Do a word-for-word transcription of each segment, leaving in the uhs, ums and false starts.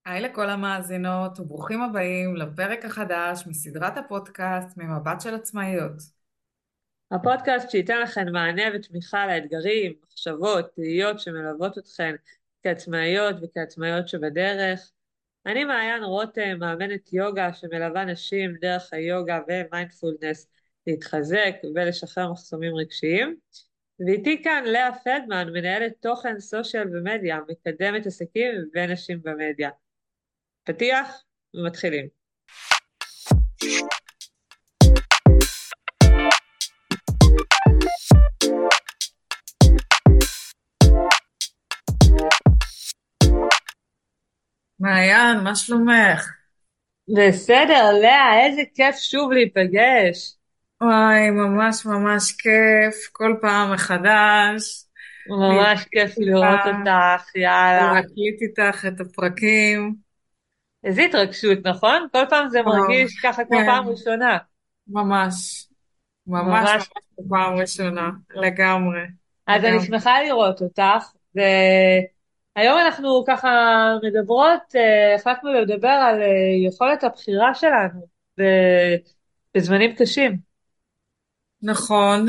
היי לכל המאזינות וברוכים הבאים לפרק החדש מסדרת הפודקאסט ממבט של עצמאיות. הפודקאסט שייתן לכם מענה ותמיכה לאתגרים, מחשבות, תהיות שמלוות אתכן כעצמאיות וכעצמאיות שבדרך. אני מעיין רותם, מאמנת יוגה שמלווה נשים דרך היוגה ומיינדפולנס להתחזק ולשחרר מחסומים רגשיים. ואיתי כאן לאה פלדמן, מנהלת תוכן סושיאל ומדיה, מקדמת עסקים ונשים במדיה. פתיח ומתחילים. מעיין, מה שלומך? בסדר, לאה, איזה כיף שוב להיפגש. וואי, ממש ממש כיף, כל פעם מחדש, ממש להיפגש כיף איתך לראות אותך, יאללה. ולהקליט איתך את הפרקים. איזו התרגשות, נכון? כל פעם זה וואו, מרגיש ככה כמו כן, פעם ראשונה. ממש, ממש ממש. ממש פעם ראשונה, לגמרי, אז אני לגמרי. שמחה לראות אותך, והיום אנחנו ככה מדברות, אה, החלטנו לדבר על אה, יכולת הבחירה שלנו ב- בזמנים קשים. נכון,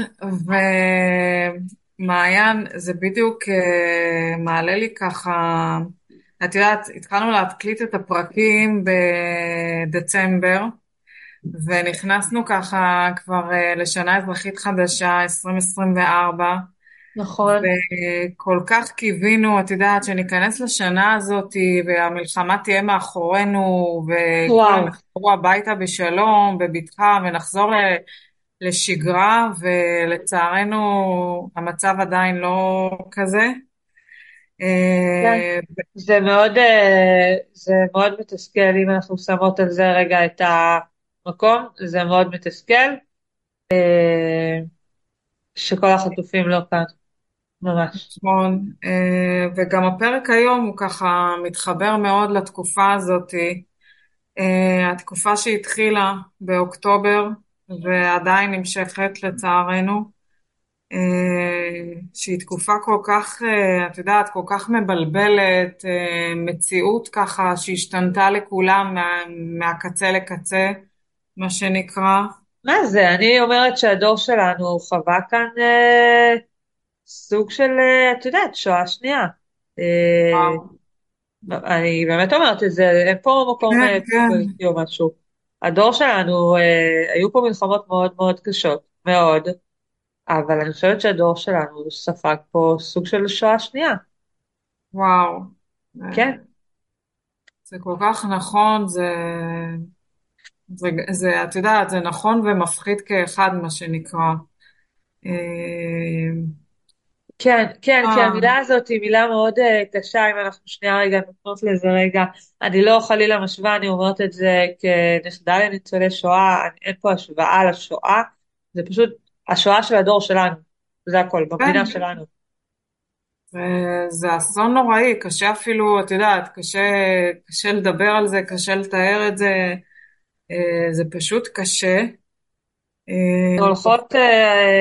ומעיין, זה בדיוק אה, מעלה לי ככה, את יודעת, התחלנו להקליט את הפרקים בדצמבר, ונכנסנו ככה כבר אה, לשנה אזרחית חדשה, עשרים עשרים וארבע, נכון. וכל כך קיווינו, את יודעת, שניכנס לשנה הזאת והמלחמה תהיה מאחורינו, וכולם וואו. יחזרו הביתה בשלום, בבטחה, ונחזור ל- לשגרה, ולצערנו המצב עדיין לא כזה. כן. אה, זה מאוד, אה, זה מאוד מתסכל אם אנחנו שמות על זה רגע את המקום, זה מאוד מתסכל. אה, שכל החטופים לא כאן, ממש. נכון, אה, וגם הפרק היום הוא ככה מתחבר מאוד לתקופה הזאת, אה, התקופה שהתחילה באוקטובר ועדיין נמשכת לצערנו, אה, שהיא תקופה כל כך, אה, את יודעת, כל כך מבלבלת, אה, מציאות ככה שהשתנתה לכולם מה, מהקצה לקצה, מה שנקרא. מה זה, אני אומרת שהדור שלנו חווה כאן אה, סוג של, אה, את יודעת, שואה שנייה. אה, וואו. אני באמת אומרת את זה, אין פה מקום כן, אה, כן. פוליטי או משהו. הדור שלנו, אה, היו פה מלחמות מאוד מאוד קשות, מאוד, אבל אני חושבת שהדור שלנו ספג פה סוג של שואה שנייה. וואו. כן. אה, זה כל כך נכון, זה, זה, זה, את יודעת, זה נכון ומפחיד כאחד, מה שנקרא. אה, כן, כן, כי אה, המילה הזאת היא מילה מאוד uh, קשה, אם אנחנו שנייה רגע נותנות לזה רגע. אני לא חלילה משווה, אני אומרת את זה כנכדה לניצולי שואה, אני, אין פה השוואה לשואה, זה פשוט השואה של הדור שלנו, זה הכל, במדינה כן, שלנו. זה, זה אסון נוראי, קשה אפילו, את יודעת, קשה, קשה לדבר על זה, קשה לתאר את זה, אה, זה פשוט קשה. אה, הולכות uh,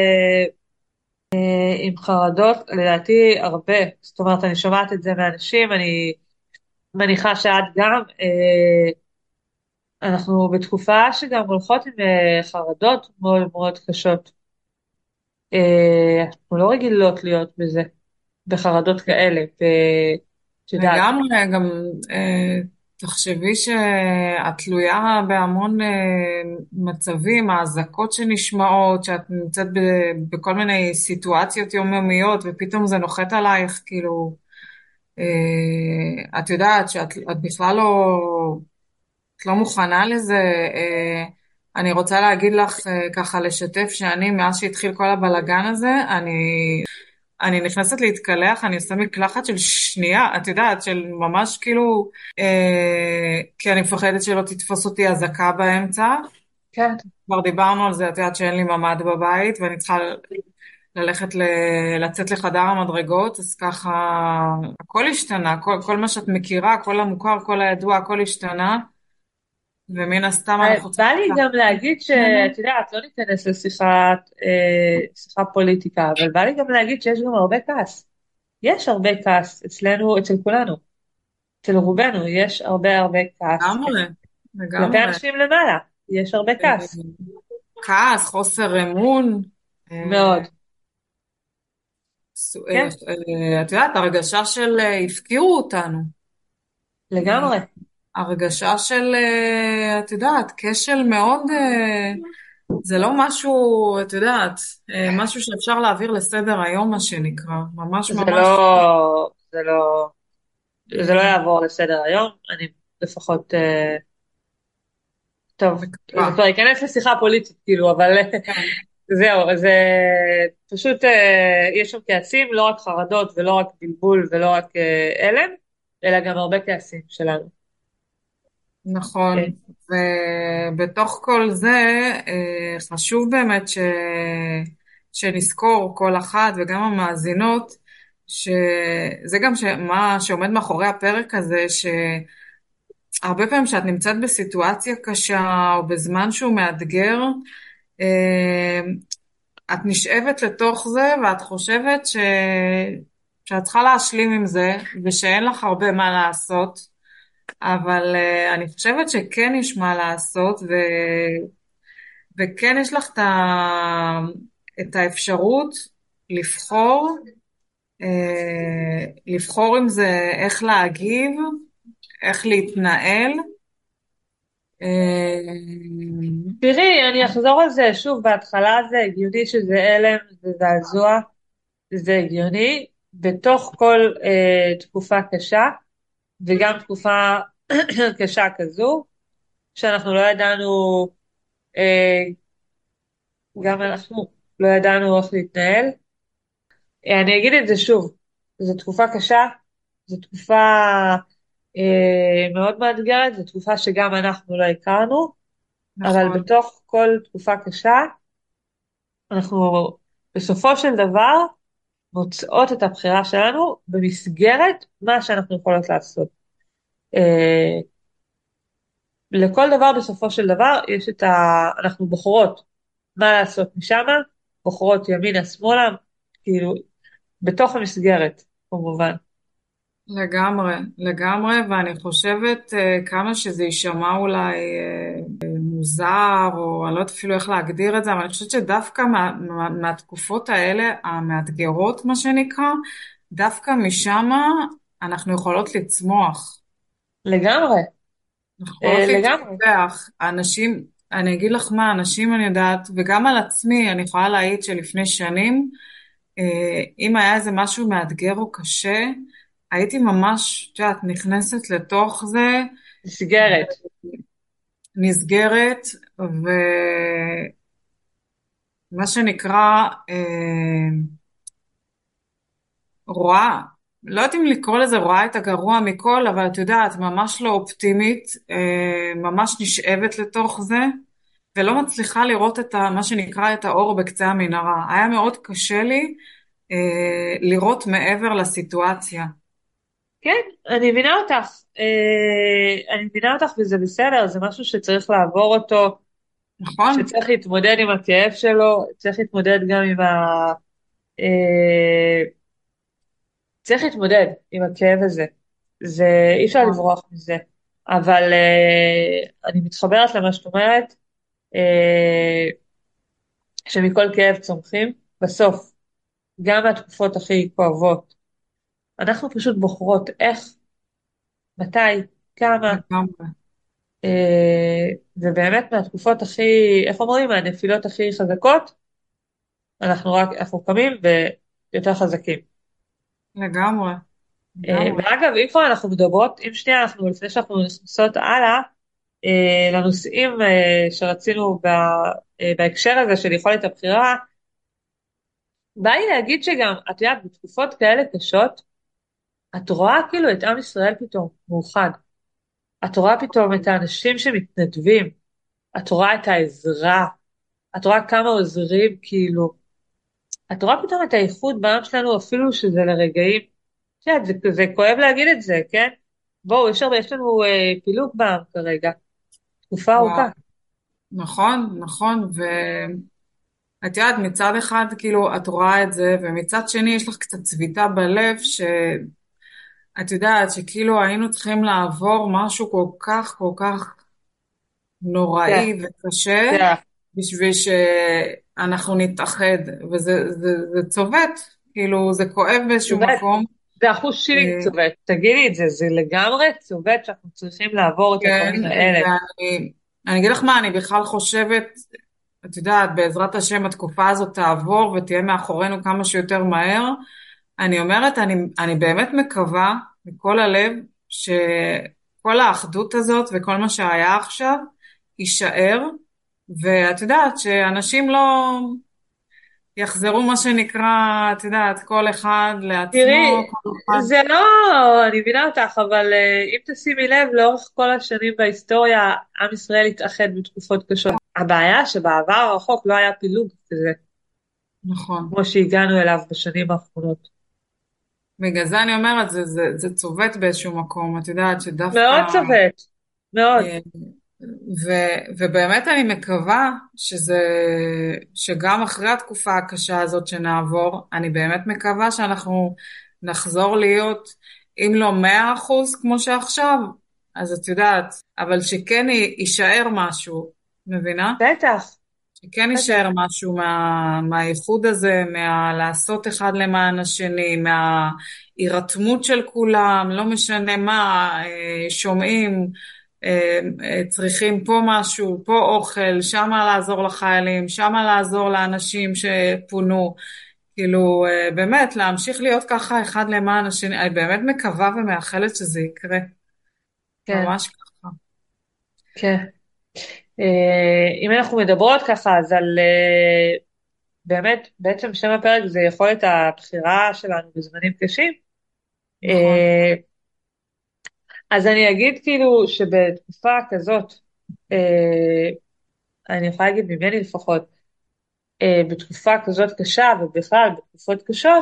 עם חרדות, לדעתי הרבה, זאת אומרת, אני שומעת את זה מאנשים, אני מניחה שאת גם, uh, אנחנו בתקופה שגם הולכות עם uh, חרדות מאוד מאוד קשות. אה, אנחנו לא רגילות להיות בזה, בחרדות כאלה, ואת יודעת, לגמרי, גם אה, תחשבי שאת תלויה בהמון אה, מצבים, האזעקות שנשמעות, שאת נמצאת ב, בכל מיני סיטואציות יומיומיות, ופתאום זה נוחת עלייך, כאילו, אה, את יודעת שאת את בכלל לא, את לא מוכנה לזה. אה, אני רוצה להגיד לך, אה, ככה לשתף שאני, מאז שהתחיל כל הבלגן הזה, אני אני נכנסת להתקלח, אני עושה מקלחת של שנייה, את יודעת, של ממש כאילו, אה, כי אני מפחדת שלא תתפוס אותי אזעקה באמצע. כן. כבר דיברנו על זה, את יודעת שאין לי ממ"ד בבית, ואני צריכה ללכת, ל... לצאת לחדר המדרגות, אז ככה, הכל השתנה, כל, כל מה שאת מכירה, כל המוכר, כל הידוע, הכל השתנה, ומן הסתם אה, אנחנו בא צריכים לי גם להכין את להגיד עצמנו. שאת יודעת, לא ניכנס לשיחת, אה, שיחה פוליטיקה, אבל בא לי גם להגיד שיש גם הרבה כעס. יש הרבה כעס אצלנו, אצל כולנו. אצל רובנו יש הרבה הרבה כעס, כן. לגמרי, כלפי לגמרי. אנשים למעלה, יש הרבה כעס, אה, כעס, חוסר אמון. אה, מאוד, סו- אה, כן, אה, את יודעת, הרגשה של אה, הפקירו אותנו. אה, לגמרי. הרגשה של, אה, את יודעת, כשל מאוד, אה, זה לא משהו, את יודעת, אה, משהו שאפשר להעביר לסדר היום, מה שנקרא, ממש זה לא, ממש. זה לא, זה לא אה, יעבור לסדר היום, אני לפחות, אה, טוב, מקווה. זה כבר ייכנס לשיחה פוליטית, כאילו, אבל כן, זהו, זה פשוט, אה, יש שם כעסים, לא רק חרדות ולא רק בלבול ולא רק אה, הלם, אלא גם הרבה כעסים שלנו. כן, נכון. ובתוך כל זה, אה, חשוב באמת ש... שנזכור כל אחת וגם המאזינות, שזה גם ש... מה שעומד מאחורי הפרק הזה, שהרבה פעמים כשאת נמצאת בסיטואציה קשה או בזמן שהוא מאתגר, אה, את נשאבת לתוך זה ואת חושבת ש... שאת צריכה להשלים עם זה ושאין לך הרבה מה לעשות, אבל uh, אני חושבת שכן יש מה לעשות, ו... וכן יש לך את, ה... את האפשרות לבחור, uh, לבחור עם זה איך להגיב, איך להתנהל. Uh, תראי, אני אחזור על זה שוב, בהתחלה זה הגיוני שזה הלם, זה זעזוע, זה הגיוני, בתוך כל אה, תקופה קשה, וגם תקופה קשה כזו, שאנחנו לא ידענו, אה, גם אנחנו לא ידענו איך להתנהל. אה, אני אגיד את זה שוב, זו תקופה קשה, זו תקופה אה, מאוד מאתגרת, זו תקופה שגם אנחנו לא הכרנו, אבל נכון, בתוך כל תקופה קשה, אנחנו בסופו של דבר מוצאות את הבחירה שלנו במסגרת מה שאנחנו יכולות לעשות. אה, לכל דבר בסופו של דבר יש את ה... אנחנו בוחרות מה לעשות משם, בוחרות ימינה שמאלה, כאילו בתוך המסגרת כמובן. לגמרי, לגמרי, ואני חושבת uh, כמה שזה יישמע אולי uh, מוזר, או אני לא יודעת אפילו איך להגדיר את זה, אבל אני חושבת שדווקא מה, מה, מהתקופות האלה, המאתגרות, מה שנקרא, דווקא משם אנחנו יכולות לצמוח. לגמרי, אנחנו אה, יכולות לגמרי. להתפתח. האנשים, אני אגיד לך מה, אנשים אני יודעת, וגם על עצמי, אני יכולה להעיד שלפני שנים, אה, אם היה איזה משהו מאתגר או קשה, הייתי ממש, את יודעת, נכנסת לתוך זה, מסגרת. נסגרת, ומה שנקרא, אה, רואה, לא יודעת אם לקרוא לזה רואה את הגרוע מכל, אבל את יודעת, ממש לא אופטימית, אה, ממש נשאבת לתוך זה, ולא מצליחה לראות את ה, מה שנקרא את האור בקצה המנהרה. היה מאוד קשה לי אה, לראות מעבר לסיטואציה. כן, אני מבינה אותך. אה, אני מבינה אותך וזה בסדר, זה משהו שצריך לעבור אותו, נכון? שצריך להתמודד עם הכאב שלו, צריך להתמודד גם עם ה... אה, צריך להתמודד עם הכאב הזה. זה, אי אפשר נכון. לברוח מזה. אבל אה, אני מתחברת למה שאת אומרת, אה, שמכל כאב צומחים. בסוף, גם מהתקופות הכי כואבות, אנחנו פשוט בוחרות איך, מתי, כמה, לגמרי. אה, ובאמת מהתקופות הכי, איך אומרים, מהנפילות הכי חזקות, אנחנו רק, אנחנו קמים ויותר חזקים. לגמרי. אה, לגמרי. ואגב, אם כבר אנחנו מדברות, אם שנייה אנחנו, לפני שאנחנו נכנסות הלאה, אה, לנושאים אה, שרצינו ב, אה, בהקשר הזה של יכולת הבחירה, בא לי להגיד שגם, את יודעת, בתקופות כאלה קשות, את רואה כאילו את עם ישראל פתאום מאוחד. את רואה פתאום את האנשים שמתנדבים, את רואה את העזרה, את רואה כמה עוזרים, כאילו, את רואה פתאום את האיחוד בעם שלנו, אפילו שזה לרגעים, את יודעת, זה, זה כואב להגיד את זה, כן? בואו, יש הרבה, יש לנו אה, פילוג בעם כרגע, תקופה וואו. ארוכה. נכון, נכון. ואת יודעת, מצד אחד, כאילו, את רואה את זה, ומצד שני, יש לך קצת צביטה בלב, שאני את יודעת שכאילו היינו צריכים לעבור משהו כל כך כל כך כן, נוראי וקשה כן. בשביל שאנחנו נתאחד, וזה זה, זה צובט, כאילו זה כואב באיזשהו צובט, מקום. זה אחוז שילינג אה, צובט, תגידי את זה, זה לגמרי צובט שאנחנו צריכים לעבור את כן, הדברים האלה. ואני אני אגיד לך מה, אני בכלל חושבת, את יודעת, בעזרת השם התקופה הזאת תעבור ותהיה מאחורינו כמה שיותר מהר. אני אומרת, אני, אני באמת מקווה מכל הלב שכל האחדות הזאת וכל מה שהיה עכשיו יישאר, ואת יודעת שאנשים לא יחזרו מה שנקרא, את יודעת, כל אחד לעצמו, תראי, כל אחד, זה לא, אני מבינה אותך, אבל אה, אם תשימי לב, לאורך כל השנים בהיסטוריה, עם ישראל התאחד בתקופות קשות. הבעיה שבעבר הרחוק לא היה פילוג כזה, נכון. כמו שהגענו אליו בשנים האחרונות. בגלל זה אני אומרת, זה, זה, זה צובט באיזשהו מקום, את יודעת מאוד שדווקא, צובט, מאוד. אה, ו, ובאמת אני מקווה שזה, שגם אחרי התקופה הקשה הזאת שנעבור, אני באמת מקווה שאנחנו נחזור להיות, אם לא מאה אחוז כמו שעכשיו, אז את יודעת, אבל שכן י- יישאר משהו, מבינה? בטח, שכן בטח. יישאר משהו מה, מהייחוד הזה, מהלעשות אחד למען השני, מההירתמות של כולם, לא משנה מה, אה, שומעים, אה, אה, צריכים פה משהו, פה אוכל, שמה לעזור לחיילים, שמה לעזור לאנשים שפונו, כאילו אה, באמת להמשיך להיות ככה אחד למען השני, אני באמת מקווה ומאחלת שזה יקרה, כן, ממש ככה. כן. אה, אם אנחנו מדברות ככה, אז על אה, באמת, בעצם שם הפרק זה יכולת הבחירה שלנו בזמנים קשים. נכון, אה, אז אני אגיד כאילו שבתקופה כזאת, אה, אני יכולה להגיד ממני לפחות, אה, בתקופה כזאת קשה ובכלל בתקופות קשות,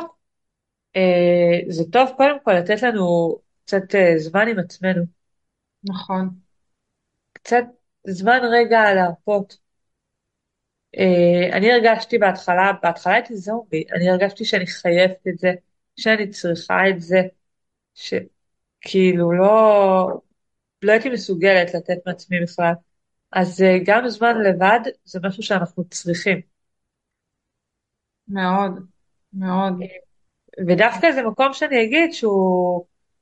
אה, זה טוב קודם כל לתת לנו קצת אה, זמן עם עצמנו, נכון, קצת זמן רגע להרפות. אה, אני הרגשתי בהתחלה, בהתחלה הייתי זומבי, אני הרגשתי שאני חייבת את זה, שאני צריכה את זה, שכאילו לא, לא הייתי מסוגלת לתת מעצמי בכלל. אז אה, גם זמן לבד זה משהו שאנחנו צריכים. מאוד, מאוד, ודווקא זה מקום שאני אגיד שהוא,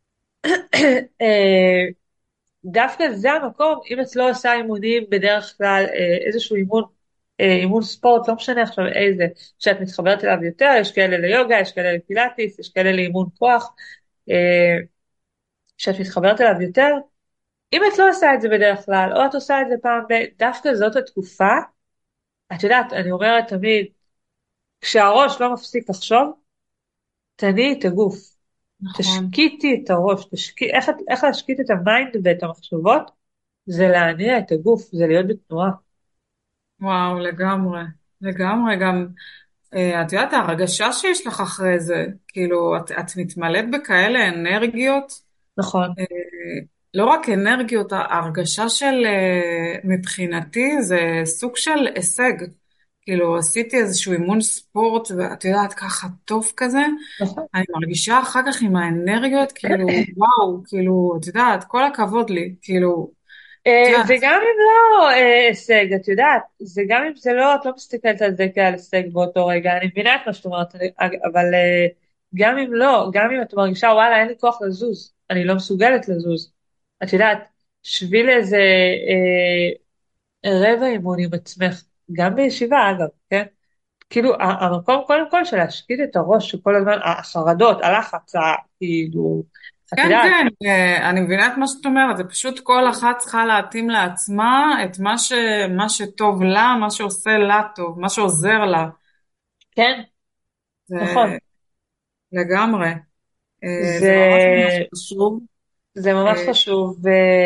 אה, דווקא זה המקום, אם את לא עושה אימונים בדרך כלל, אה, איזשהו אימון, אה, אימון ספורט, לא משנה עכשיו איזה, שאת מתחברת אליו יותר, יש כאלה ליוגה, יש כאלה לפילאטיס, יש כאלה לאימון כוח, אה, שאת מתחברת אליו יותר, אם את לא עושה את זה בדרך כלל, או את עושה את זה פעם ב... דווקא זאת התקופה, את יודעת, אני אומרת תמיד, כשהראש לא מפסיק לחשוב, תניעי את הגוף, נכון. תשקיטי את הראש, תשקיט, איך, איך להשקיט את המיינד ואת המחשבות, זה להניע את הגוף, זה להיות בתנועה. וואו, לגמרי, לגמרי, גם, אה, את יודעת, ההרגשה שיש לך אחרי זה, כאילו, את, את מתמלאת בכאלה אנרגיות, נכון, אה, לא רק אנרגיות, ההרגשה של, אה, מבחינתי, זה סוג של הישג. כאילו, עשיתי איזשהו אימון ספורט, ואת יודעת, ככה טוב כזה, נכון. אני מרגישה אחר כך עם האנרגיות, כאילו, וואו, כאילו, את יודעת, כל הכבוד לי, כאילו, את אה, יודעת, וגם אם לא אה, הישג, את יודעת, זה גם אם זה לא, את לא מסתכלת על זה כעל הישג באותו רגע, אני מבינה את מה שאת אומרת, אני- אבל אה, גם אם לא, גם אם את מרגישה, וואלה, אין לי כוח לזוז, אני לא מסוגלת לזוז, את יודעת, שבי לאיזה אה, רבע אימון עם עצמך, גם בישיבה אגב, כן? כאילו, ה- המקום קודם כל של להשקיט את הראש, שכל הזמן, החרדות, הלחץ, ה- כאילו, את כן, יודעת, כן, אה, אני מבינה את מה שאת אומרת, זה פשוט כל אחת צריכה להתאים לעצמה את מה ש, מה שטוב לה, מה שעושה לה טוב, מה שעוזר לה, כן, נכון, זה לגמרי, אה, זה, זה ממש ממש חשוב. זה ממש אה, חשוב,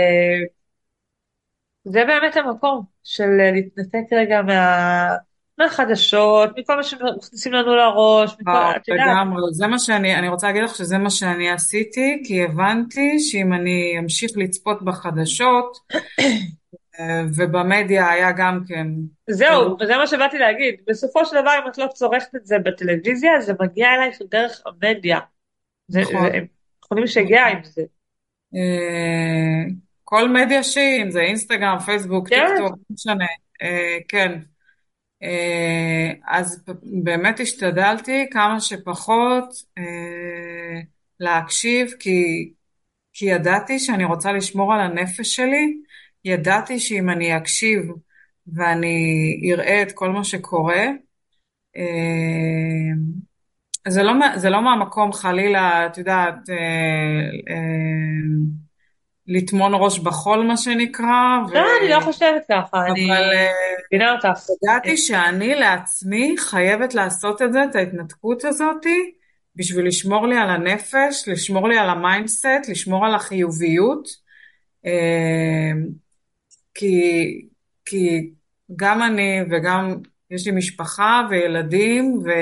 וזה באמת המקום של להתנתק רגע מה... מהחדשות, מכל מה שמכניסים לנו לראש, מכל, וואו, את יודעת, לגמרי, זה מה שאני, אני רוצה להגיד לך שזה מה שאני עשיתי, כי הבנתי שאם אני אמשיך לצפות בחדשות, אה, ובמדיה היה גם כן זהו, טירוף, וזה מה שבאתי להגיד, בסופו של דבר אם את לא צורכת את זה בטלוויזיה, זה מגיע אלייך דרך המדיה, זה, זה, נכון, יכולים לשגע עם זה. אה, כל מדיה שהיא, אם זה אינסטגרם, פייסבוק, טיק כן, טוק, לא משנה. אה, כן. אה, אז באמת השתדלתי כמה שפחות אה, להקשיב, כי, כי ידעתי שאני רוצה לשמור על הנפש שלי, ידעתי שאם אני אקשיב ואני אראה את כל מה שקורה, אה, זה לא, מה- זה לא מהמקום חלילה, את יודעת, אה, אה, לטמון ראש בחול מה שנקרא, ו... לא, אני לא חושבת ככה, אבל אני אה, מבינה אותך. ידעתי שאני לעצמי חייבת לעשות את זה, את ההתנתקות הזאתי, בשביל לשמור לי על הנפש, לשמור לי על המיינדסט, לשמור על החיוביות, אה, כי, כי גם אני וגם יש לי משפחה וילדים ו,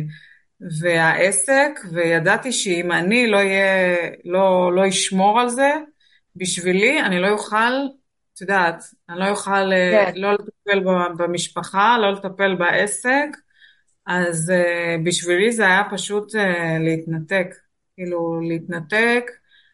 והעסק, וידעתי שאם אני לא יהיה, לא, לא אשמור על זה, בשבילי אני לא אוכל, את יודעת, אני לא אוכל אה, כן, לא לטפל ב- במשפחה, לא לטפל בעסק, אז uh, בשבילי זה היה פשוט uh, להתנתק, כאילו להתנתק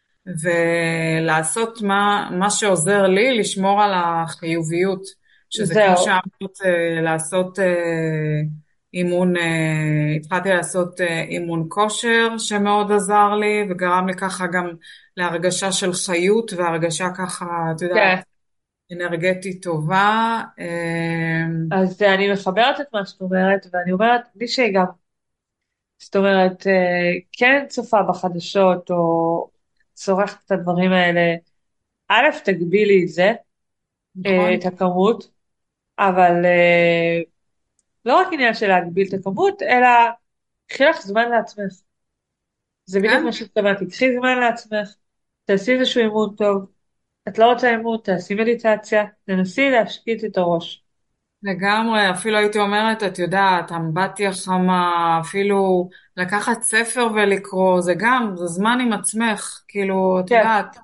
ולעשות מה, מה שעוזר לי לשמור על החיוביות, שזה כמו זהו. שאמרת, uh, לעשות uh, אימון, uh, התחלתי לעשות uh, אימון כושר שמאוד עזר לי וגרם לי ככה גם להרגשה של חיות והרגשה ככה, את כן, יודעת, אנרגטית טובה. Uh, אז אה, אני מחברת את מה שאת אומרת, ואני אומרת, מי שגם, זאת אומרת, אה, כן צופה בחדשות, או צורך את הדברים האלה, א', תגבילי את זה, אה, את נכון? הכמות, אבל אה, לא רק עניין של להגביל את הכמות, אלא קחי לך זמן לעצמך. זה בדיוק כן? מה שהתכוונתי, קחי זמן לעצמך, תעשי איזשהו אימון טוב, את לא רוצה אימון, תעשי מדיטציה, תנסי להשקיט את הראש. לגמרי, אפילו הייתי אומרת, את יודעת, אמבטיה חמה, אפילו לקחת ספר ולקרוא, זה גם, זה זמן עם עצמך, כאילו, את כן, יודעת,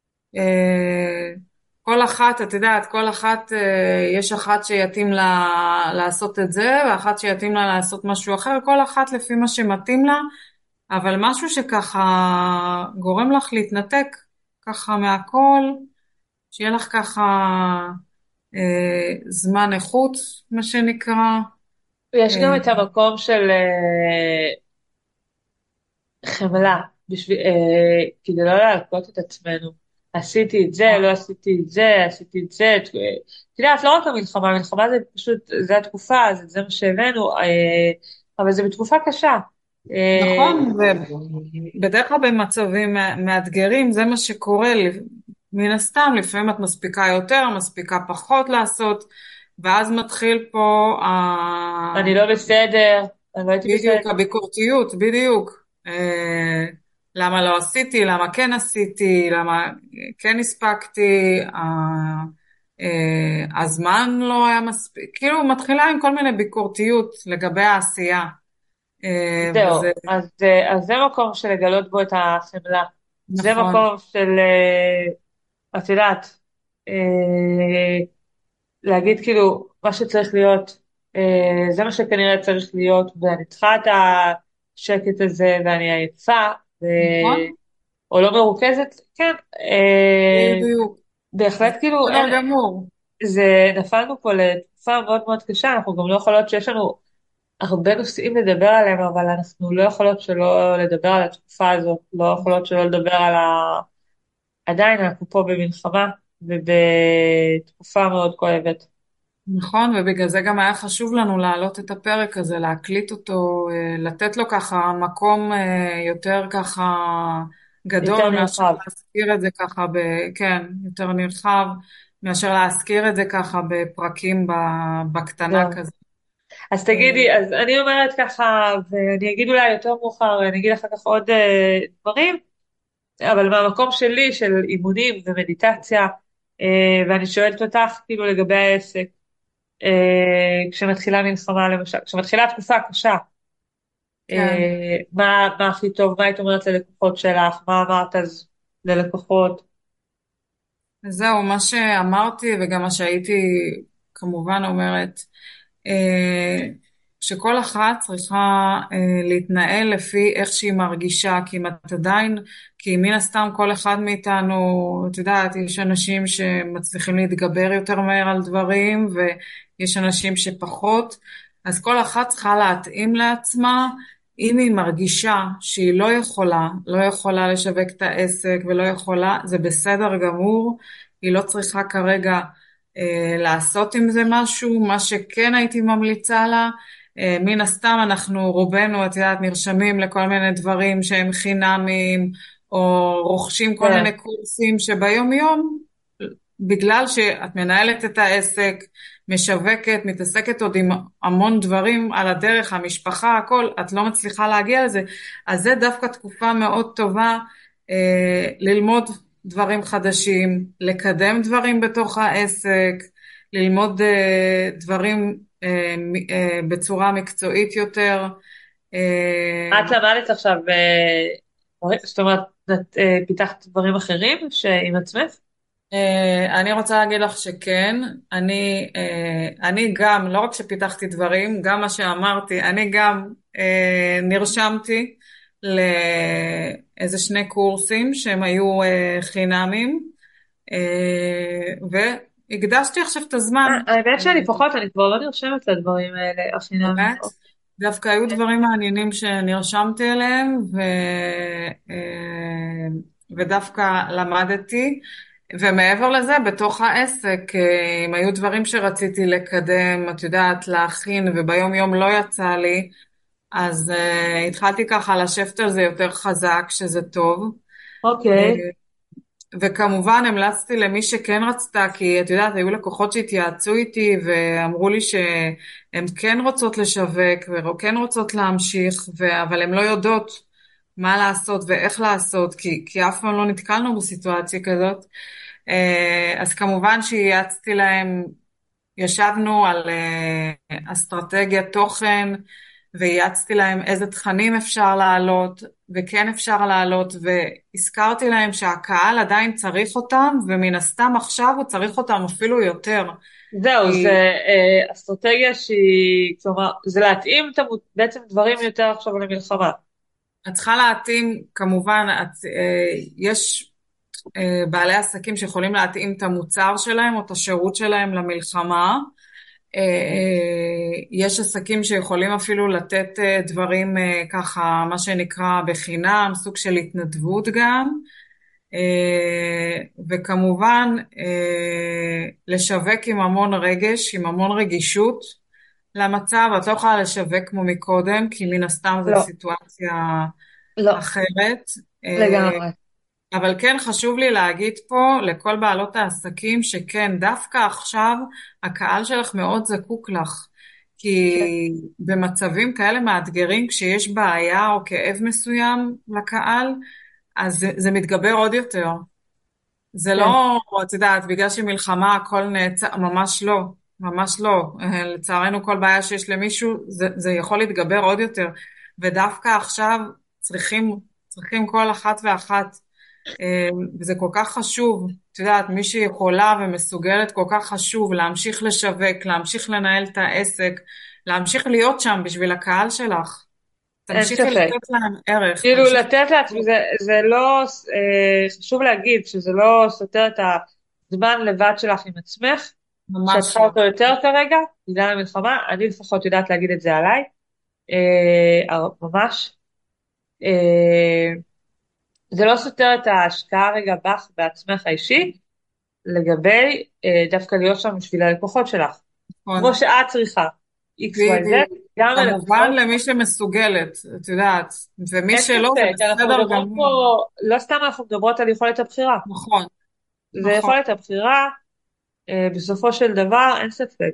אה, כל אחת, את יודעת, כל אחת, אה, יש אחת שיתאים לה לעשות את זה, ואחת שיתאים לה לעשות משהו אחר, כל אחת לפי מה שמתאים לה, אבל משהו שככה גורם לך להתנתק ככה מהכל, שיהיה לך ככה אה, זמן איכות, מה שנקרא. יש גם אה, את המקום של אה, חמלה, בשביל, אה, כדי לא להלקות את עצמנו. עשיתי את זה, לא עשיתי את זה, עשיתי את זה. את את יודעת, לא רק המלחמה, המלחמה זה פשוט, זה התקופה, זה, זה מה שהבאנו, אה, אבל זה בתקופה קשה. אה, נכון, ובדרך כלל במצבים מאתגרים זה מה שקורה, מן הסתם, לפעמים את מספיקה יותר, מספיקה פחות לעשות, ואז מתחיל פה ה... אני לא בסדר, אני לא הייתי בסדר. בדיוק הביקורתיות, בדיוק. אה, למה לא עשיתי, למה כן עשיתי, למה כן הספקתי, אה, אה, הזמן לא היה מספיק, כאילו מתחילה עם כל מיני ביקורתיות לגבי העשייה. אה, זהו, וזה אז, אה, אז זה מקום של לגלות בו את החמלה. זה נכון, מקום של, אה, את יודעת, אה, להגיד כאילו, מה שצריך להיות, אה, זה מה שכנראה צריך להיות, ואני צריכה את השקט הזה, ואני עייפה, ו... נכון, או לא מרוכזת, כן, אה, בדיוק, זה בהחלט כאילו, בסדר אין, גמור, זה, נפלנו פה לתקופה מאוד מאוד קשה, אנחנו גם לא יכולות שיש לנו הרבה נושאים לדבר עליהם, אבל אנחנו לא יכולות שלא לדבר על התקופה הזאת, לא יכולות שלא לדבר על ה... עדיין אנחנו פה במלחמה ובתקופה מאוד כואבת. נכון, ובגלל זה גם היה חשוב לנו להעלות את הפרק הזה, להקליט אותו, אה, לתת לו ככה מקום אה, יותר ככה יותר גדול מאשר נרחב. להזכיר את זה ככה, ב, כן, יותר נרחב, מאשר להזכיר את זה ככה בפרקים ב, בקטנה זהו. כזה. אז אה, תגידי, אז אני אומרת ככה, ואני אגיד אולי יותר מאוחר, אני אגיד אחר כך עוד אה, דברים, אבל מהמקום שלי, של אימונים ומדיטציה, אה, ואני שואלת אותך כאילו לגבי העסק, אה, כשמתחילה מלחמה למשל, כשמתחילה תקופה קשה, כן, אה, מה, מה הכי טוב, מה היית אומרת ללקוחות שלך, מה אמרת אז ללקוחות? זהו, מה שאמרתי וגם מה שהייתי כמובן אומרת. אה, שכל אחת צריכה אה, להתנהל לפי איך שהיא מרגישה, כי אם את עדיין, כי מן הסתם כל אחד מאיתנו, את יודעת, יש אנשים שמצליחים להתגבר יותר מהר על דברים, ויש אנשים שפחות, אז כל אחת צריכה להתאים לעצמה, אם היא מרגישה שהיא לא יכולה, לא יכולה לשווק את העסק ולא יכולה, זה בסדר גמור, היא לא צריכה כרגע אה, לעשות עם זה משהו, מה שכן הייתי ממליצה לה, אה, מן הסתם אנחנו רובנו, את יודעת, נרשמים לכל מיני דברים שהם חינמים, או רוכשים כל כן. מיני קורסים שביום יום, בגלל שאת מנהלת את העסק, משווקת, מתעסקת עוד עם המון דברים על הדרך, המשפחה, הכל, את לא מצליחה להגיע לזה, אז זה דווקא תקופה מאוד טובה אה, ללמוד דברים חדשים, לקדם דברים בתוך העסק, ללמוד אה, דברים אה, מ- אה, בצורה מקצועית יותר. אה, את למדת עכשיו, אה, זאת אומרת, את, אה, פיתחת דברים אחרים שעם עצמך? אה, אני רוצה להגיד לך שכן, אני, אה, אני גם, לא רק שפיתחתי דברים, גם מה שאמרתי, אני גם אה, נרשמתי לאיזה שני קורסים שהם היו אה, חינמים, אה, והקדשתי עכשיו את הזמן. אה, האמת שאני פחות, אני כבר לא נרשמת לדברים האלה, החינמים. באמת? דווקא היו דברים מעניינים שנרשמתי אליהם, ו... אה, ודווקא למדתי. ומעבר לזה, בתוך העסק, אה, אם היו דברים שרציתי לקדם, את יודעת, להכין, וביום יום לא יצא לי, אז uh, התחלתי ככה לשבת על זה יותר חזק, שזה טוב. אה, אוקיי. וכמובן המלצתי למי שכן רצתה, כי את יודעת, היו לקוחות שהתייעצו איתי ואמרו לי שהן כן רוצות לשווק וכן רוצות להמשיך, ו... אבל הן לא יודעות מה לעשות ואיך לעשות, כי, כי אף פעם לא נתקלנו בסיטואציה כזאת. אה, אז כמובן שייעצתי להם, ישבנו על אה, אסטרטגיית תוכן, וייעצתי להם איזה תכנים אפשר להעלות, וכן אפשר להעלות, והזכרתי להם שהקהל עדיין צריך אותם, ומן הסתם עכשיו הוא צריך אותם אפילו יותר. זהו, זה כי אה, אסטרטגיה שהיא, כלומר, זה להתאים את המו- בעצם דברים יותר עכשיו למלחמה. את צריכה להתאים, כמובן, את, אה, יש אה, בעלי עסקים שיכולים להתאים את המוצר שלהם או את השירות שלהם למלחמה. אה, אה, יש עסקים שיכולים אפילו לתת אה, דברים אה, ככה, מה שנקרא בחינם, סוג של התנדבות גם. אה, וכמובן אה, לשווק עם המון רגש, עם המון רגישות למצב. את לא יכולה לשווק כמו מקודם, כי מן הסתם זאת לא, סיטואציה לא, אחרת. אה, לגמרי. אבל כן חשוב לי להגיד פה לכל בעלות העסקים שכן, דווקא עכשיו הקהל שלך מאוד זקוק לך. כי כן, במצבים כאלה מאתגרים, כשיש בעיה או כאב מסוים לקהל, אז זה, זה מתגבר עוד יותר. זה כן. לא, את יודעת, בגלל שמלחמה הכל נעצר, ממש לא, ממש לא. אה, לצערנו כל בעיה שיש למישהו, זה, זה יכול להתגבר עוד יותר. ודווקא עכשיו צריכים, צריכים כל אחת ואחת, אה, וזה כל כך חשוב, את יודעת, מי שיכולה ומסוגלת, כל כך חשוב להמשיך לשווק, להמשיך לנהל את העסק, להמשיך להיות שם בשביל הקהל שלך. אין תמשיכי ספק. לתת להם ערך, כאילו תמשיכי... לתת לעצמי, זה, זה לא, אה, חשוב להגיד שזה לא סותר את הזמן לבד שלך עם עצמך, שאת ממש צריכה לא. אותו יותר כרגע, בגלל המלחמה, אני לפחות יודעת להגיד את זה עליי, אה, ממש. אה, זה לא סותר את ההשקעה רגע בך בעצמך האישי, לגבי אה, דווקא להיות שם בשביל הלקוחות שלך. כמו נכון. שאת צריכה אקס וואי זד, בדיוק. גם כמובן ללקוחות, למי שמסוגלת, את יודעת, ומי אין שלא זה ספק, אנחנו בסדר מדברות פה, גמור. לא סתם אנחנו מדברות על יכולת הבחירה, נכון, זה נכון, יכולת הבחירה, אה, בסופו של דבר, אין ספק.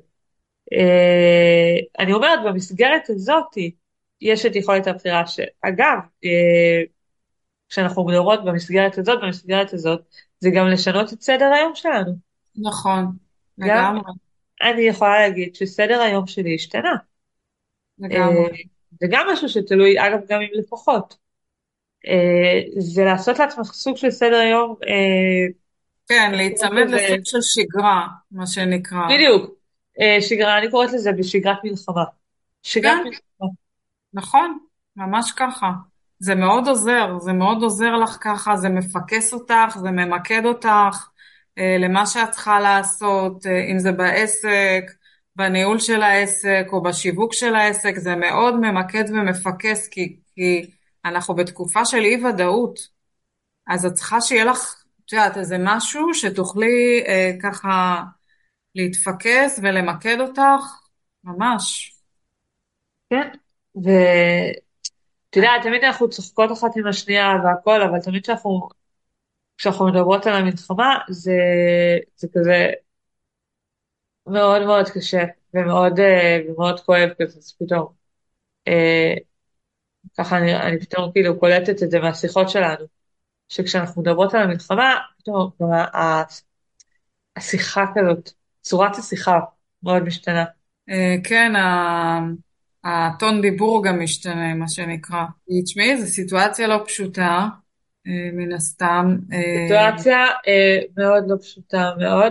אה, אני אומרת, במסגרת הזאת, יש את יכולת הבחירה, שאגב, אה, כשאנחנו מדברות במסגרת הזאת, במסגרת הזאת, זה גם לשנות את סדר היום שלנו. נכון, גם לגמרי, אני יכולה להגיד שסדר היום שלי השתנה. לגמרי. אה, זה גם משהו שתלוי, אגב, גם עם לקוחות. אה, זה לעשות לעצמך סוג של סדר יום, אה, כן, אני קוראת להיצמד לזה, לסוג של שגרה, מה שנקרא. בדיוק, אה, שגרה, אני קוראת לזה בשגרת מלחמה. שגרת כן, מלחמה. נכון, ממש ככה. זה מאוד עוזר, זה מאוד עוזר לך ככה, זה מפקס אותך, זה ממקד אותך אה, למה שאת צריכה לעשות, אה, אם זה בעסק, בניהול של העסק או בשיווק של העסק, זה מאוד ממקד ומפקס, כי, כי אנחנו בתקופה של אי ודאות, אז את צריכה שיהיה לך, את יודעת, איזה משהו שתוכלי אה, ככה להתפקס ולמקד אותך, ממש. כן. ואת יודעת, תמיד אנחנו צוחקות אחת עם השנייה והכל, אבל תמיד כשאנחנו, כשאנחנו מדברות על המלחמה, זה, זה כזה מאוד מאוד קשה, ומאוד, אה, ומאוד כואב כזה, אז פתאום. אה, ככה אני, אני פתאום כאילו קולטת את זה מהשיחות שלנו, שכשאנחנו מדברות על המלחמה, פתאום גם ה- ה- השיחה כזאת, צורת השיחה מאוד משתנה. אה, כן, ה- הטון דיבור גם משתנה, מה שנקרא. כי תשמעי, זו סיטואציה לא פשוטה, אה, מן הסתם. אה, סיטואציה אה, מאוד לא פשוטה מאוד.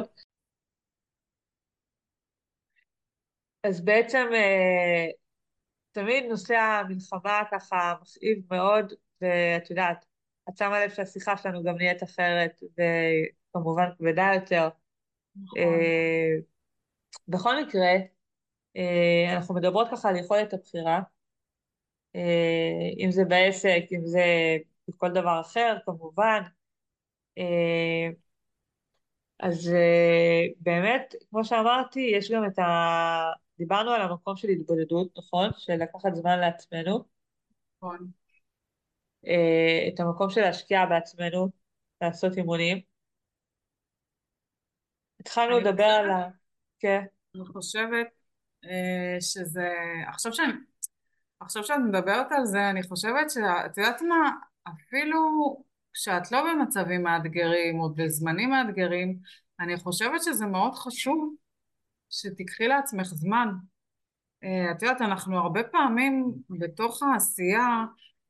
אז בעצם אה, תמיד נושא המלחמה ככה מכאיב מאוד, ואת יודעת, את שמה לב שהשיחה שלנו גם נהיית אחרת, וכמובן כבדה יותר. נכון. אה, בכל מקרה, אה, אנחנו מדברות ככה על יכולת הבחירה, אה, אם זה בעסק, אם זה בכל דבר אחר, כמובן. אה, אז אה, באמת, כמו שאמרתי, יש גם את ה... דיברנו על המקום של התבודדות, נכון? של לקחת זמן לעצמנו, נכון. אה, את המקום של להשקיע בעצמנו, לעשות אימונים. התחלנו אני לדבר על חושבת, ה... כן, אני חושבת אה, שזה, עכשיו שאני, עכשיו שאת מדברת על זה, אני חושבת שאת יודעת מה, אפילו כשאת לא במצבים מאתגרים או בזמנים מאתגרים, אני חושבת שזה מאוד חשוב שתיקחי לעצמך זמן. אה, את יודעת, אנחנו הרבה פעמים בתוך העשייה,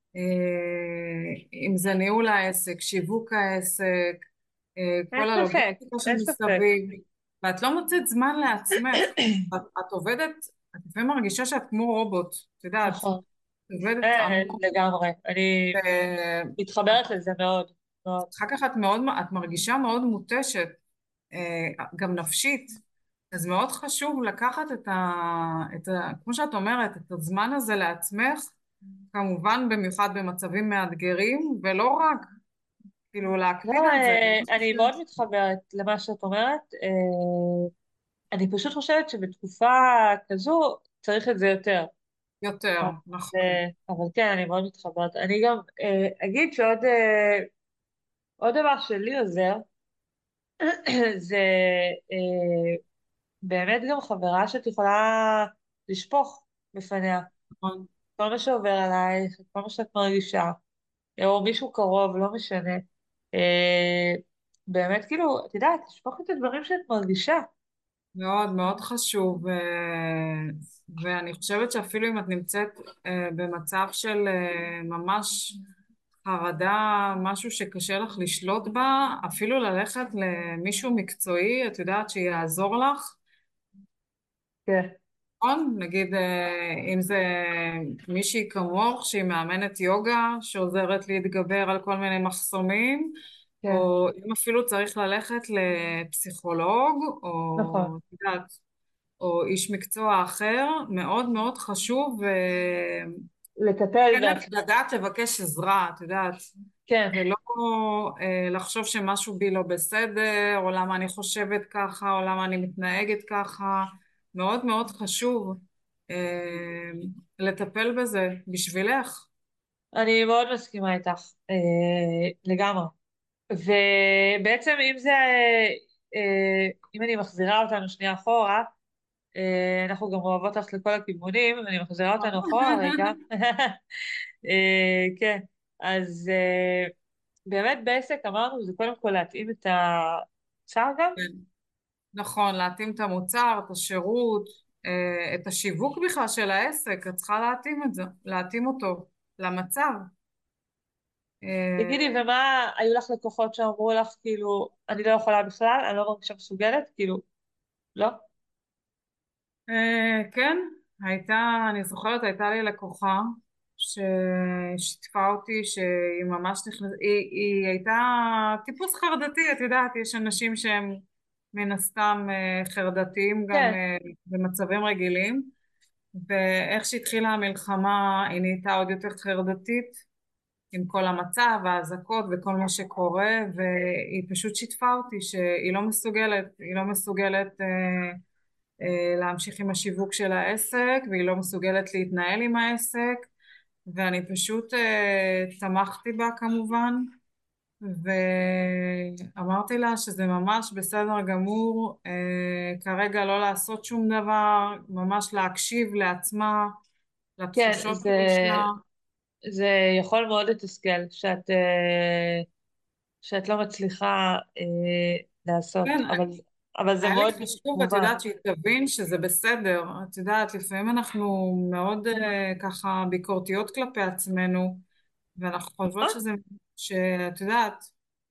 אה, אם זה ניהול העסק, שיווק העסק, אה, אין כל ספק, הלוגיסטיקה אין ספק. שמסביב, ואת לא מוצאת זמן לעצמך. את, את עובדת, את לפעמים מרגישה שאת כמו רובוט, את יודעת, נכון, את עובדת אה, המון, לגמרי. אני אה, מתחברת לזה מאוד, מאוד. אחר כך את מאוד, את מרגישה מאוד מותשת, אה, גם נפשית. אז מאוד חשוב לקחת את ה, את ה... כמו שאת אומרת, את הזמן הזה לעצמך, כמובן במיוחד במצבים מאתגרים, ולא רק, כאילו לא, להקפיד על זה. אה, אני מאוד מתחברת למה שאת אומרת. אה, אני פשוט חושבת שבתקופה כזו צריך את זה יותר. יותר, אבל, נכון. אה, אבל כן, אני מאוד מתחברת. אני גם אה, אגיד שעוד אה, עוד דבר שלי עוזר, זה אה, באמת גם חברה שאת יכולה לשפוך בפניה נכון. כל מה שעובר עלייך, כל מה שאת מרגישה, או מישהו קרוב, לא משנה. אה, באמת, כאילו, את יודעת, לשפוך את הדברים שאת מרגישה. מאוד מאוד חשוב, אה, ואני חושבת שאפילו אם את נמצאת אה, במצב של אה, ממש חרדה, משהו שקשה לך לשלוט בה, אפילו ללכת למישהו מקצועי, את יודעת שיעזור לך, כן, נכון? נגיד אה, אם זה מישהי כמוך שהיא מאמנת יוגה שעוזרת להתגבר על כל מיני מחסומים, כן, או אם אפילו צריך ללכת לפסיכולוג, או נכון. את יודעת, או איש מקצוע אחר, מאוד מאוד חשוב אה, לטפל כן בעצמי. לדעת לבקש עזרה, את יודעת, כן. ולא אה, לחשוב שמשהו בי לא בסדר, או למה אני חושבת ככה, או למה אני מתנהגת ככה. מאוד מאוד חשוב אה, לטפל בזה בשבילך. אני מאוד מסכימה איתך, אה, לגמרי. ובעצם אם זה, אה, אם אני מחזירה אותנו שנייה אחורה, אה, אנחנו גם אוהבות ללכת לכל הכיוונים, אני מחזירה אותנו אחורה רגע. אה, כן, אז אה, באמת בעסק אמרנו, זה קודם כל להתאים את המוצר גם. כן, נכון, להתאים את המוצר, את השירות, אה, את השיווק בכלל של העסק, את צריכה להתאים את זה, להתאים אותו למצב. תגידי, אה, ומה, היו לך לקוחות שאמרו לך, כאילו, אני לא יכולה בכלל, אני לא מרגישה מסוגלת, כאילו, לא? אה, כן, הייתה, אני זוכרת, הייתה לי לקוחה ששיתפה אותי שהיא ממש נכנסת, היא, היא הייתה טיפוס חרדתי, את יודעת, יש אנשים שהם מן הסתם אה, חרדתיים גם כן, אה, במצבים רגילים, ואיך שהתחילה המלחמה היא נהייתה עוד יותר חרדתית עם כל המצב, האזעקות וכל מה שקורה, והיא פשוט שיתפה אותי שהיא לא מסוגלת, היא לא מסוגלת אה, אה, להמשיך עם השיווק של העסק, והיא לא מסוגלת להתנהל עם העסק, ואני פשוט אה, תמכתי בה כמובן, ואמרתי לה שזה ממש בסדר גמור, אה, כרגע לא לעשות שום דבר, ממש להקשיב לעצמה, כן, לתחושות זה, שיש לה. זה יכול מאוד לתסכל שאת, אה, שאת לא מצליחה אה, לעשות, כן, אבל, אבל זה היה לי מאוד חשוב, את מובן. יודעת, שהיא תבין שזה בסדר. את יודעת, לפעמים אנחנו מאוד אה, ככה ביקורתיות כלפי עצמנו, ואנחנו חושבות נכון? שזה, שאת יודעת,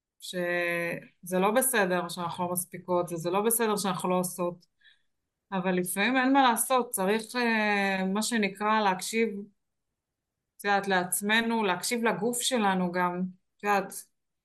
שזה לא בסדר שאנחנו לא מספיקות, וזה לא בסדר שאנחנו לא עושות. אבל לפעמים אין מה לעשות, צריך אה, מה שנקרא להקשיב, את יודעת, לעצמנו, להקשיב לגוף שלנו גם, את יודעת,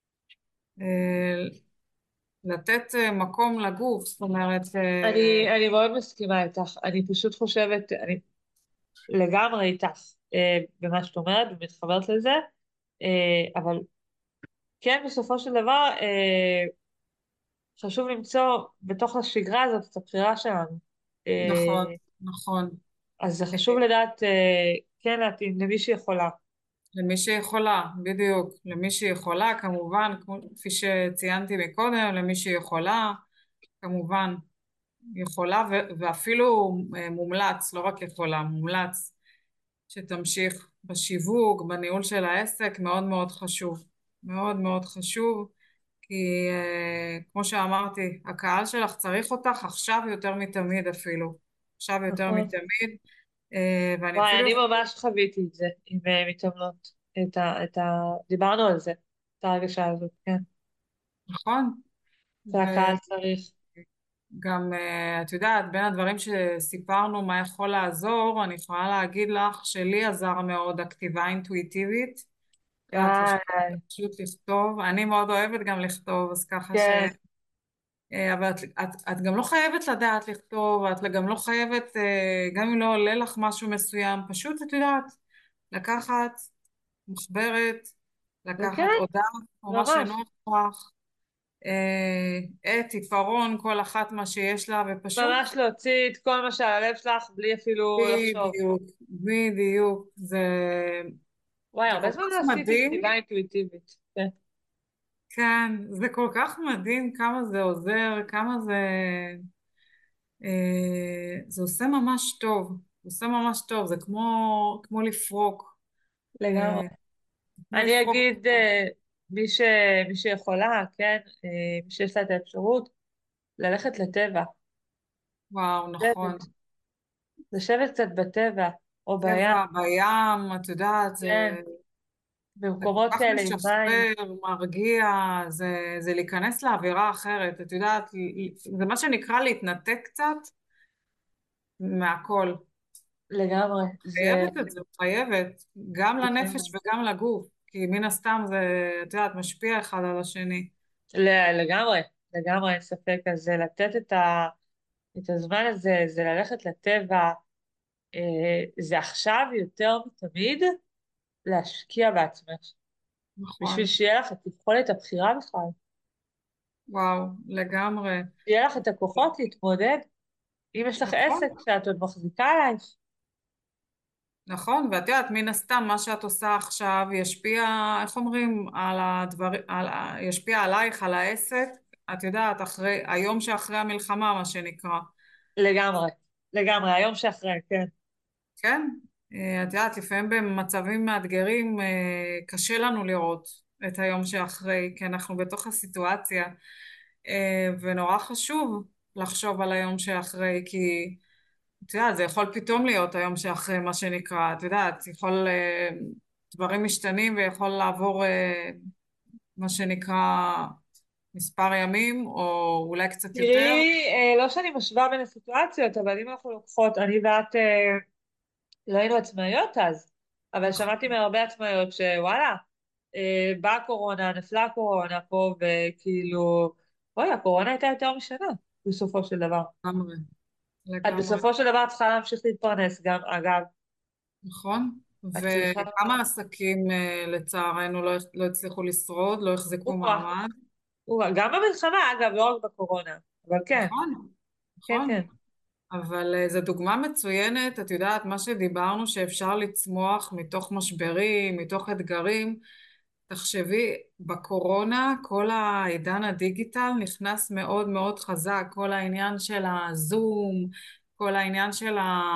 אה, לתת אה, מקום לגוף, זאת אומרת, אה, אני, אני מאוד מסכימה איתך, אני פשוט חושבת, אני לגמרי איתך אה, במה שאת אומרת ומתחברת לזה, אה, אבל כן, בסופו של דבר, אה, חשוב למצוא בתוך השגרה הזאת את הבחירה שלנו. נכון, אה, נכון. אז זה אה, חשוב לדעת, אה, כן להתאים למי שיכולה. למי שיכולה, בדיוק, למי שיכולה, כמובן, כמו, כפי שציינתי מקודם, למי שיכולה, כמובן, יכולה ו- ואפילו אה, מומלץ, לא רק יכולה, מומלץ שתמשיך בשיווק, בניהול של העסק, מאוד מאוד חשוב. מאוד מאוד חשוב, כי אה, כמו שאמרתי, הקהל שלך צריך אותך עכשיו יותר מתמיד אפילו. עכשיו יותר נכון. מתמיד, אה, ואני וואי, אפילו אני יכולה, ממש חוויתי את זה עם אה, מתעמלות. את ה, את ה, דיברנו על זה, את ההרגשה הזאת, כן. נכון? שהקהל צריך. גם, אה, את יודעת, בין הדברים שסיפרנו מה יכול לעזור, אני יכולה להגיד לך שלי עזר מאוד הכתיבה האינטואיטיבית. את יודעת, לשבת איי, פשוט לכתוב. אני מאוד אוהבת גם לכתוב, אז ככה ש... כן, אה, אבל את, את, את גם לא חייבת לדעת לכתוב, את גם לא חייבת, אה, גם אם לא עולה לך משהו מסוים, פשוט את יודעת, לקחת מחברת, לקחת וכן, הודעה, או מה ממש. שנוח לך, אה, עט, עיפרון, כל אחת מה שיש לה, ופשוט ממש להוציא את כל מה שעל הלב שלך בלי אפילו לחשוב. בדיוק, בדיוק, זה, וואי, זה הרבה כל זמן כך לא עשיתי מדהים, כתיבה אינטואיטיבית. כן, כן, זה כל כך מדהים כמה זה עוזר, כמה זה, אה, זה עושה ממש טוב, זה עושה ממש טוב, זה כמו, כמו לפרוק, לגמרי. אה, כמו אני לפרוק, אגיד, אה, מי ש... מי שיכולה, כן, אה, מי שיש לה את האפשרות, ללכת לטבע. וואו, נכון, לשבת, לשבת קצת בטבע, או בים, טבע, בים, את יודעת, כן, זה, זה כל במקומות כך כאלה עם מים. משחרר, מרגיע, זה, זה להיכנס לאווירה אחרת, את יודעת, זה מה שנקרא להתנתק קצת מהכל. לגמרי, זה חייבת את זה, חייבת, גם לנפש לגמרי. וגם לגוף, כי מן הסתם זה, את יודעת, משפיע אחד על השני. ל- לגמרי, לגמרי, אין ספק. אז זה לתת את ה... את הזמן הזה, זה ללכת לטבע, אה, זה עכשיו יותר מתמיד להשקיע בעצמך, בשביל נכון, שיהיה לך את יכולת הבחירה בכלל, וואו, לגמרי. שיהיה לך את הכוחות להתמודד, אם יש לך נכון, עסק שאת עוד מחזיקה עלייך, נכון, ואת יודעת, מן הסתם, מה שאת עושה עכשיו ישפיע, איך אומרים, על הדבר, על, ה- ישפיע עלייך, על העסק, את יודעת, אחרי, היום שאחרי המלחמה, מה שנקרא. לגמרי, לגמרי, היום שאחרי, כן, כן, אה, את יודעת, לפעמים במצבים מאתגרים אה, קשה לנו לראות את היום שאחרי, כי אנחנו בתוך הסיטואציה, אה, ונורא חשוב לחשוב על היום שאחרי, כי את יודעת, זה יכול פתאום להיות היום שאחרי מה שנקרא, את יודעת, יכול, אה, דברים משתנים ויכול לעבור אה, מה שנקרא מספר ימים, או אולי קצת יותר? תראי, אה, לא שאני משווה בין הסיטואציות, אבל אם אנחנו לוקחות, אני ואת אה, לא היינו עצמאיות אז, אבל שמעתי מהרבה עצמאיות שוואלה, אה, באה הקורונה, נפלה הקורונה פה, וכאילו, אוי, הקורונה הייתה יותר משנה, בסופו של דבר. לגמרי, את לגמרי. בסופו של דבר צריכה להמשיך להתפרנס גם, אגב, נכון? את צריכה... וכמה עסקים אה, לצערנו לא, לא הצליחו לשרוד, לא החזיקו או-אה, מעמד. או-אה, גם במלחמה, אגב, לא רק בקורונה, אבל כן, נכון, כן, נכון. כן, אבל אה, זו דוגמה מצוינת, את יודעת, מה שדיברנו שאפשר לצמוח מתוך משברים, מתוך אתגרים. תחשבי, בקורונה כל העידן הדיגיטל נכנס מאוד מאוד חזק, כל העניין של הזום, כל העניין של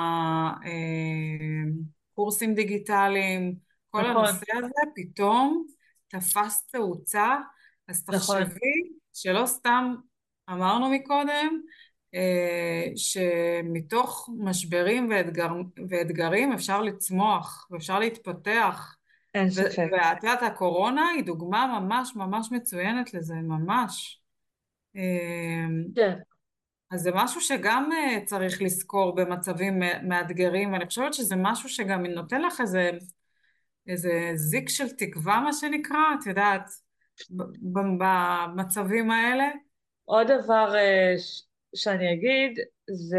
הקורסים דיגיטליים, כל נכון, הנושא הזה פתאום תפס תאוצה, אז נכון, תחשבי שלא סתם אמרנו מקודם, אה, שמתוך משברים ואתגר, ואתגרים אפשר לצמוח ואפשר להתפתח. אין ו- ספק. ואת יודעת, הקורונה היא דוגמה ממש ממש מצוינת לזה, ממש. אמ, כן. אז זה משהו שגם אה, צריך לזכור במצבים אה, מאתגרים, ואני חושבת שזה משהו שגם נותן לך איזה, איזה זיק של תקווה, מה שנקרא, את יודעת, ב- ב- במצבים האלה. עוד דבר אה, ש- שאני אגיד, זה,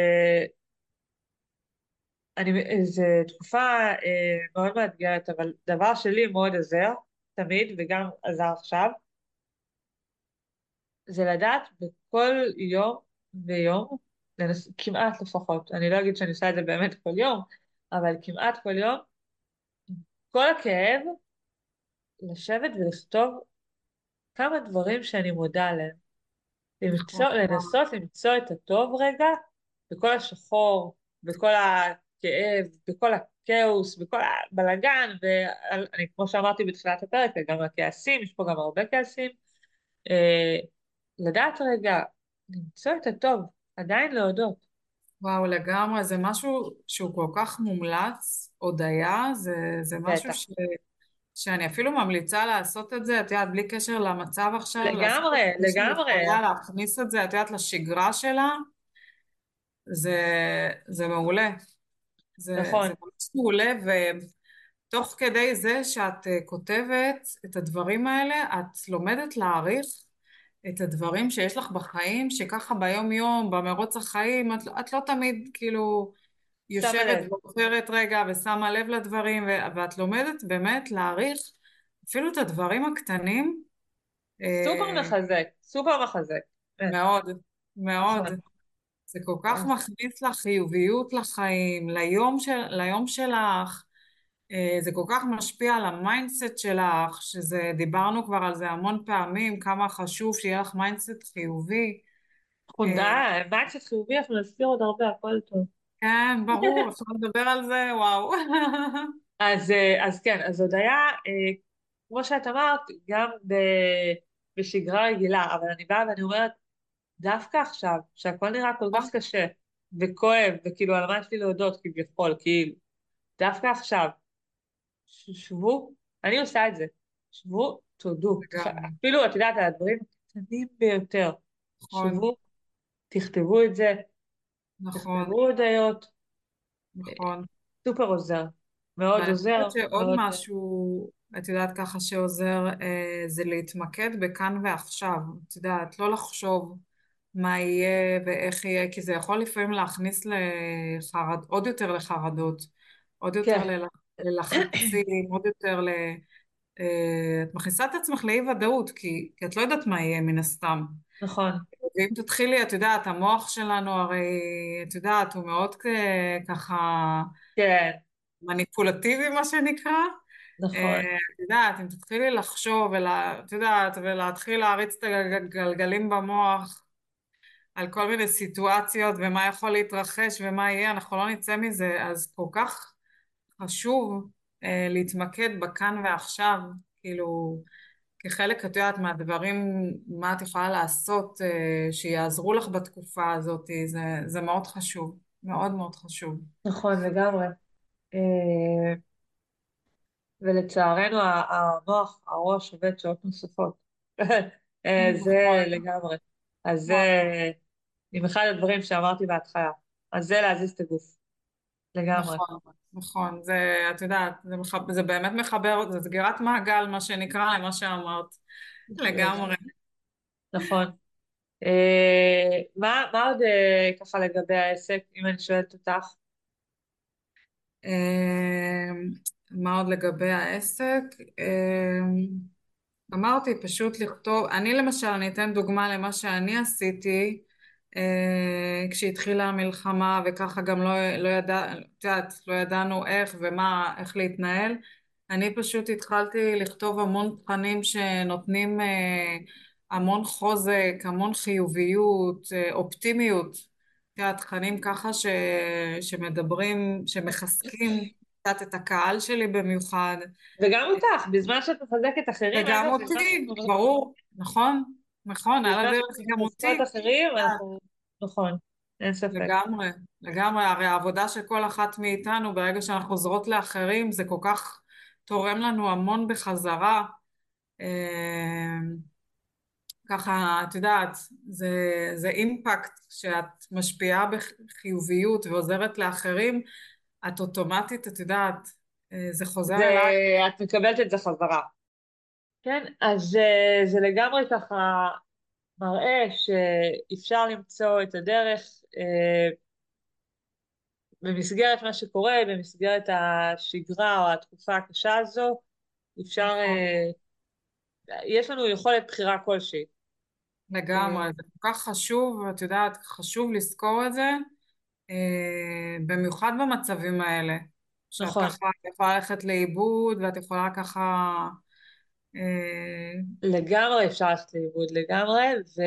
אני, זה תקופה אה, מאוד מאתגרת, אבל דבר שלי מאוד עזר, תמיד, וגם עזר עכשיו, זה לדעת בכל יום ויום, לנס, כמעט לפחות, אני לא אגיד שאני עושה את זה באמת כל יום, אבל כמעט כל יום, כל הכאב, לשבת ולכתוב כמה דברים שאני מודה עליהם. נכון, למצוא, לנסות למצוא את הטוב רגע בכל השחור, בכל הכאב, בכל הכאוס, בכל הבלגן, ואני, כמו שאמרתי בתחילת הפרק, גם הכעסים, יש פה גם הרבה כעסים. אה, לדעת רגע, למצוא את הטוב, עדיין להודות, וואו, לגמרי, זה משהו שהוא כל כך מומלץ, הודיה, זה, זה משהו בטח. ש... שאני אפילו ממליצה לעשות את זה, את יודעת, בלי קשר למצב עכשיו, לעשות את לגמרי, זה, מי לגמרי, שיכולה להכניס את זה, את יודעת, לשגרה שלה, זה, זה מעולה. זה, זה נכון, ממש מעולה, ותוך כדי זה שאת אה, כותבת את הדברים האלה, את לומדת להעריך את הדברים שיש לך בחיים, שככה ביום-יום, במרוץ החיים, את, לא- את לא תמיד כאילו שמה יושבת לב. ועוצרת רגע ושמה לב לדברים, ו- ואת לומדת באמת להעריך אפילו את הדברים הקטנים, סופר אה, מחזק, סופר מחזק. כן, מאוד, מאוד. נכון, זה כל כך מכניס לך חיוביות לחיים, ליום של, ליום שלך, אה, זה כל כך משפיע על המיינדסט שלך, שזה, דיברנו כבר על זה המון פעמים, כמה חשוב שיהיה לך מיינדסט חיובי. אנחנו אה, די, מיינדסט חיובי, אנחנו נסביר עוד הרבה, הכל טוב. כן, ברור, אפשר לדבר על זה, וואו. אז, אה, אז כן, אז הודיה, אה, כמו שאת אמרת, גם ב, בשגרה רגילה, אבל אני באה ואני אומרת, דווקא עכשיו, שהכל נראה כל כך קשה, וכואב, וכאילו על מה יש לי להודות כביכול, כאילו, דווקא עכשיו, ש- שבו, אני עושה את זה, שבו, תודו, תח... לגמרי, אפילו, את יודעת, על הדברים הקטנים ביותר, נכון, שבו, תכתבו את זה, נכון, תכתבו הודיות, נכון. סופר עוזר, מאוד ואני עוזר, חושבת שעוד מאוד, משהו, את יודעת, ככה שעוזר, אה, זה להתמקד בכאן ועכשיו. את יודעת, לא לחשוב מה יהיה ואיך יהיה, כי זה יכול לפעמים להכניס לחרד, עוד יותר לחרדות, עוד יותר כן, לל- ללחצים, עוד יותר ל... אה, את מכניסה את עצמך לאי ודאות, כי, כי את לא יודעת מה יהיה מן הסתם. נכון, ואם תתחילי, את יודעת, המוח שלנו הרי, את יודעת, הוא מאוד אה, ככה כן, מניפולטיבי, מה שנקרא. נכון, אה, את יודעת, אם תתחילי לחשוב, ולה, את יודעת, ולהתחיל להריץ את הגלגלים במוח על כל מיני סיטואציות ומה יכול להתרחש ומה יהיה, אנחנו לא נצא מזה, אז כל כך חשוב אה, להתמקד בכאן ועכשיו, כאילו, כחלק, את יודעת, מהדברים, מה את יכולה לעשות אה, שיעזרו לך בתקופה הזאת, זה, זה מאוד חשוב, מאוד מאוד חשוב. נכון, לגמרי. אה, ולצערנו ה- המוח, הראש עובד שעות נוספות. אה, זה נכון, לגמרי. אז זה נכון, עם אחד הדברים שאמרתי בהתחלה. אז זה להזיז את הגוף, לגמרי. נכון, נכון, זה, את יודעת, זה, מח... זה באמת מחבר, זה סגירת מעגל, מה שנקרא, למה שאמרת, לגמרי. לגמרי. נכון. אה, מה, מה עוד אה, ככה לגבי העסק, אם אני שואלת אותך? אמ, מה עוד לגבי העסק? אמ, אמרתי פשוט לכתוב, אני למשל, אני אתן דוגמה למה שאני עשיתי אה, כשהתחילה המלחמה וככה גם לא, לא ידע, את יודעת, לא ידענו איך ומה, איך להתנהל. אני פשוט התחלתי לכתוב המון תכנים שנותנים אה, המון חוזק, המון חיוביות, אה, אופטימיות. את יודעת, תכנים ככה ש, שמדברים, שמחזקים קצת את הקהל שלי במיוחד. וגם אותך, בזמן שאת מחזקת אחרים, וגם אגב, בזמן אותי, שאנחנו, ברור, נכון, נכון, על בזמן הדרך שאנחנו גם מחזקות אותי, אחרים, אה, אנחנו, נכון, אין ספק. לגמרי, לגמרי, הרי העבודה של כל אחת מאיתנו, ברגע שאנחנו עוזרות לאחרים, זה כל כך תורם לנו המון בחזרה, אה, ככה, את יודעת, זה, זה אימפקט, שאת משפיעה בחיוביות ועוזרת לאחרים, את אוטומטית, את יודעת, אה, זה זה, חוזר אליי, את מקבלת את זה חזרה. כן, אז אה, זה לגמרי ככה מראה שאפשר למצוא את הדרך אה, במסגרת מה שקורה, במסגרת השגרה או התקופה הקשה הזו, אפשר, נכון. אה, יש לנו יכולת בחירה כלשהי. לגמרי, אה, זה כל כך חשוב, את יודעת, חשוב לזכור את זה, אה, במיוחד במצבים האלה, שאת נכון, ככה יכולה ללכת לאיבוד ואת יכולה ככה, אה, לגמרי אפשר ללכת לאיבוד, לגמרי,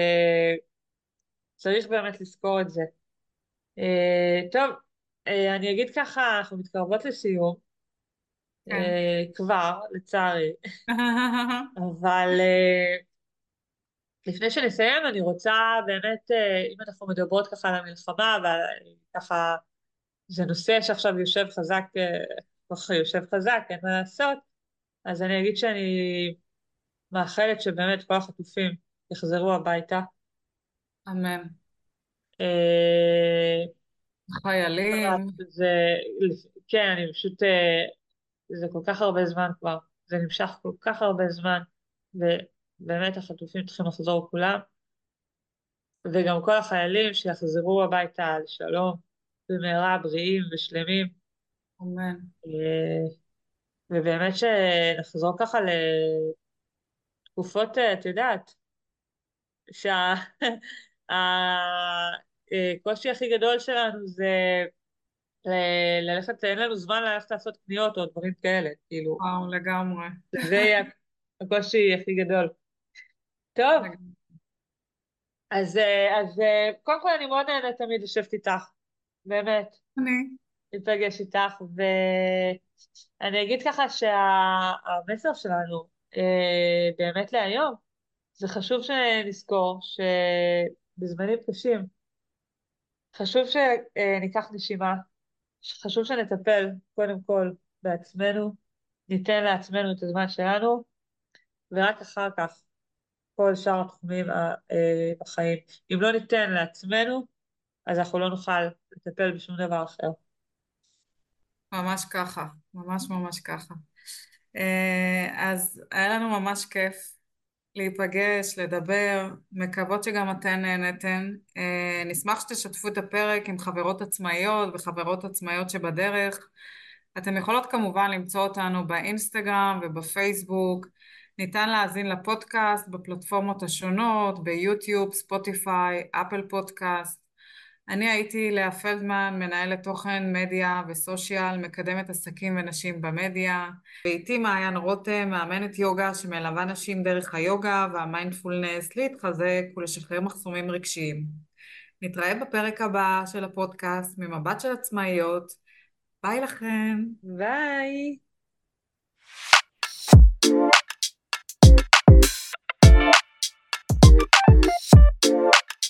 וצריך באמת לזכור את זה. אה, טוב, אה, אני אגיד ככה, אנחנו מתקרבות לסיום, כן. אה, כבר, לצערי, אבל אה, לפני שנסיים, אני רוצה באמת, אה, אם אנחנו מדברות ככה על המלחמה, וככה זה נושא שעכשיו יושב חזק, אה, ככה יושב חזק, אין מה לעשות, אז אני אגיד שאני מאחלת שבאמת כל החטופים יחזרו הביתה. אמן. אה, חיילים, זה, כן, אני פשוט, אה, זה כל כך הרבה זמן כבר, זה נמשך כל כך הרבה זמן, ובאמת החטופים צריכים לחזור כולם, וגם כל החיילים שיחזרו הביתה לשלום, במהרה, בריאים ושלמים, אמן. אה, ובאמת שנחזור ככה לתקופות, אה, את יודעת, שהקושי הכי גדול שלנו זה ל- ללכת, אין לנו זמן ללכת לעשות קניות או דברים כאלה, כאילו, וואו, לגמרי. זה יהיה הקושי הכי גדול. טוב, לגמרי. אז, אה, אז אה, קודם כל אני מאוד נהנית תמיד לשבת איתך, באמת, אני, להיפגש איתך, ואני אגיד ככה שהמסר שלנו אה, באמת להיום, זה חשוב שנזכור שבזמנים קשים, חשוב שניקח נשימה, חשוב שנטפל קודם כל בעצמנו, ניתן לעצמנו את הזמן שלנו, ורק אחר כך כל שאר התחומים ה- אה, בחיים. אם לא ניתן לעצמנו, אז אנחנו לא נוכל לטפל בשום דבר אחר. ממש ככה, ממש ממש ככה. אה, אז היה לנו ממש כיף להיפגש, לדבר, מקוות שגם אתן נהנתן. אה, נשמח שתשתפו את הפרק עם חברות עצמאיות וחברות עצמאיות שבדרך. אתן יכולות כמובן למצוא אותנו באינסטגרם ובפייסבוק. ניתן להאזין לפודקאסט בפלטפורמות השונות, ביוטיוב, ספוטיפיי, אפל פודקאסט. אני הייתי לאה פלדמן, מנהלת תוכן, מדיה וסושיאל, מקדמת עסקים ונשים במדיה. ואיתי מעיין רותם, מאמנת יוגה שמלווה נשים דרך היוגה והמיינדפולנס להתחזק ולשחרר מחסומים רגשיים. נתראה בפרק הבא של הפודקאסט ממבט של עצמאיות. ביי לכם. ביי!